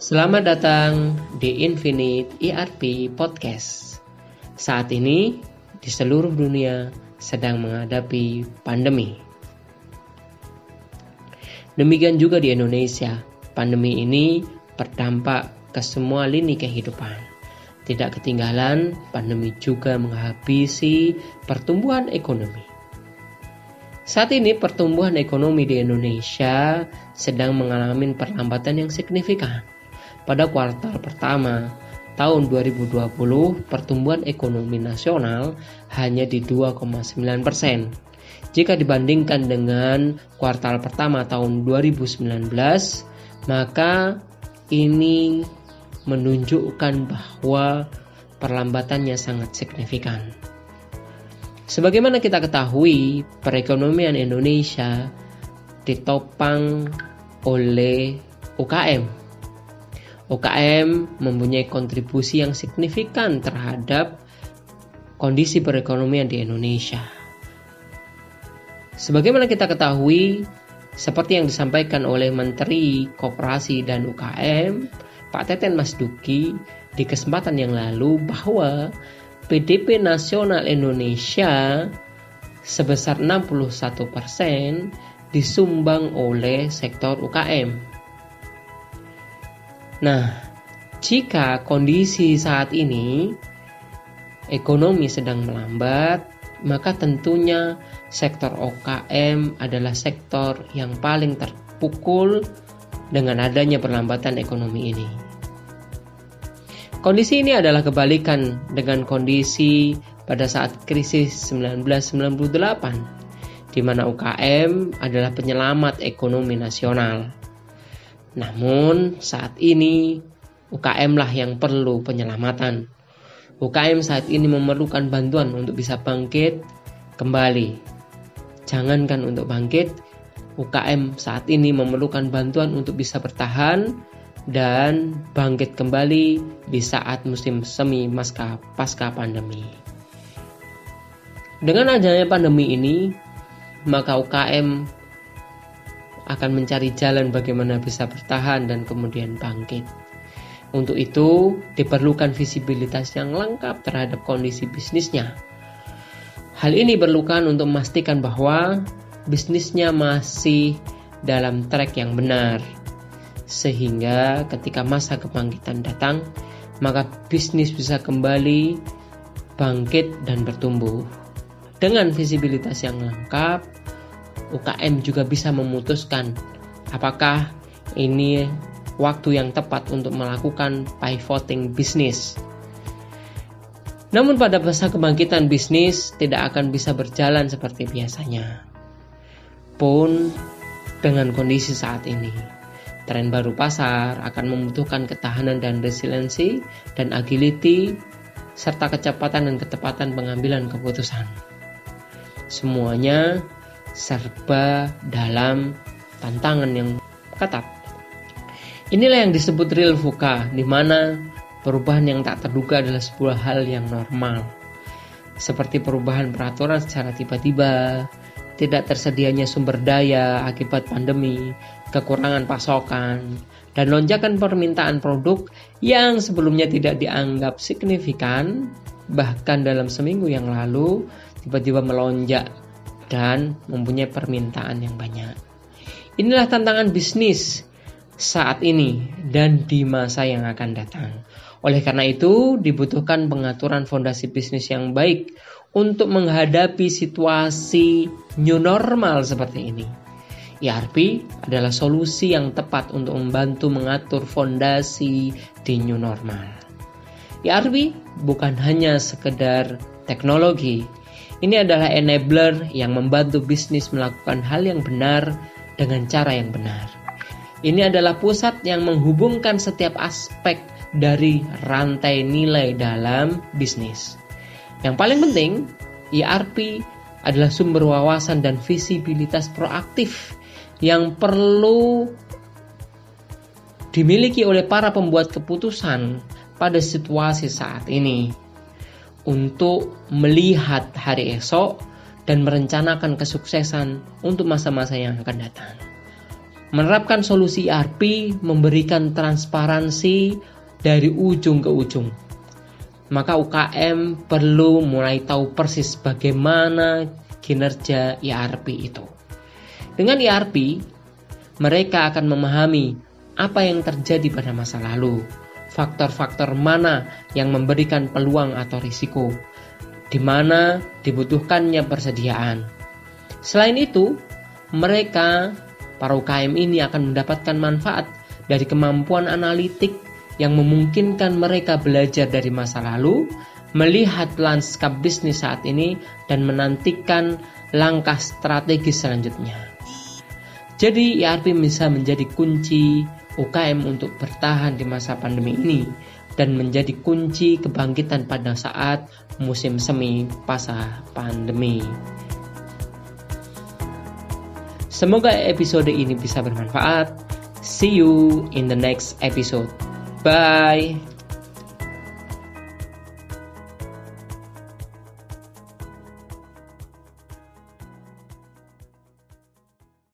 Selamat datang di Infinite ERP Podcast. Saat ini di seluruh dunia sedang menghadapi pandemi. Demikian juga di Indonesia, pandemi ini berdampak ke semua lini kehidupan. Tidak ketinggalan, pandemi juga menghabisi pertumbuhan ekonomi. Saat ini pertumbuhan ekonomi di Indonesia sedang mengalami perlambatan yang signifikan. Pada kuartal pertama tahun 2020, pertumbuhan ekonomi nasional hanya di 2,9%. Jika dibandingkan dengan kuartal pertama tahun 2019, maka ini menunjukkan bahwa perlambatannya sangat signifikan. Sebagaimana kita ketahui, perekonomian Indonesia ditopang oleh UKM. UKM mempunyai kontribusi yang signifikan terhadap kondisi perekonomian di Indonesia. Sebagaimana kita ketahui, seperti yang disampaikan oleh Menteri Koperasi dan UKM, Pak Teten Mas Duki, di kesempatan yang lalu bahwa PDB nasional Indonesia sebesar 61% disumbang oleh sektor UKM. Nah, jika kondisi saat ini ekonomi sedang melambat, maka tentunya sektor UKM adalah sektor yang paling terpukul dengan adanya perlambatan ekonomi ini. Kondisi ini adalah kebalikan dengan kondisi pada saat krisis 1998, di mana UKM adalah penyelamat ekonomi nasional. Namun saat ini UKM lah yang perlu penyelamatan. UKM saat ini memerlukan bantuan untuk bisa bangkit kembali. Jangankan untuk bangkit, UKM saat ini memerlukan bantuan untuk bisa bertahan dan bangkit kembali di saat musim semi pasca pandemi. Dengan adanya pandemi ini, maka UKM akan mencari jalan bagaimana bisa bertahan dan kemudian bangkit. Untuk itu diperlukan visibilitas yang lengkap terhadap kondisi bisnisnya. Hal ini diperlukan untuk memastikan bahwa bisnisnya masih dalam track yang benar, sehingga ketika masa kebangkitan datang, maka bisnis bisa kembali bangkit dan bertumbuh. Dengan visibilitas yang lengkap, UKM juga bisa memutuskan apakah ini waktu yang tepat untuk melakukan pivoting bisnis. Namun pada masa kebangkitan bisnis tidak akan bisa berjalan seperti biasanya. Pun dengan kondisi saat ini, tren baru pasar akan membutuhkan ketahanan dan resiliensi dan agility serta kecepatan dan ketepatan pengambilan keputusan. Semuanya serba dalam tantangan yang ketat. Inilah yang disebut real VUCA, di mana perubahan yang tak terduga adalah sebuah hal yang normal. Seperti perubahan peraturan secara tiba-tiba, tidak tersedianya sumber daya akibat pandemi, kekurangan pasokan, dan lonjakan permintaan produk yang sebelumnya tidak dianggap signifikan, bahkan dalam seminggu yang lalu tiba-tiba melonjak dan mempunyai permintaan yang banyak. Inilah tantangan bisnis saat ini dan di masa yang akan datang. Oleh karena itu, dibutuhkan pengaturan fondasi bisnis yang baik untuk menghadapi situasi new normal seperti ini. ERP adalah solusi yang tepat untuk membantu mengatur fondasi di new normal. ERP bukan hanya sekedar teknologi. Ini adalah enabler yang membantu bisnis melakukan hal yang benar dengan cara yang benar. Ini adalah pusat yang menghubungkan setiap aspek dari rantai nilai dalam bisnis. Yang paling penting, ERP adalah sumber wawasan dan visibilitas proaktif yang perlu dimiliki oleh para pembuat keputusan pada situasi saat ini, untuk melihat hari esok dan merencanakan kesuksesan untuk masa-masa yang akan datang. Menerapkan solusi ERP memberikan transparansi dari ujung ke ujung. Maka UKM perlu mulai tahu persis bagaimana kinerja ERP itu. Dengan ERP, mereka akan memahami apa yang terjadi pada masa lalu, faktor-faktor mana yang memberikan peluang atau risiko, di mana dibutuhkannya persediaan. Selain itu, mereka, para UKM ini akan mendapatkan manfaat dari kemampuan analitik yang memungkinkan mereka belajar dari masa lalu, melihat lanskap bisnis saat ini, dan menantikan langkah strategis selanjutnya. Jadi ERP bisa menjadi kunci UKM untuk bertahan di masa pandemi ini dan menjadi kunci kebangkitan pada saat musim semi pasca pandemi. Semoga episode ini bisa bermanfaat. See you in the next episode. Bye.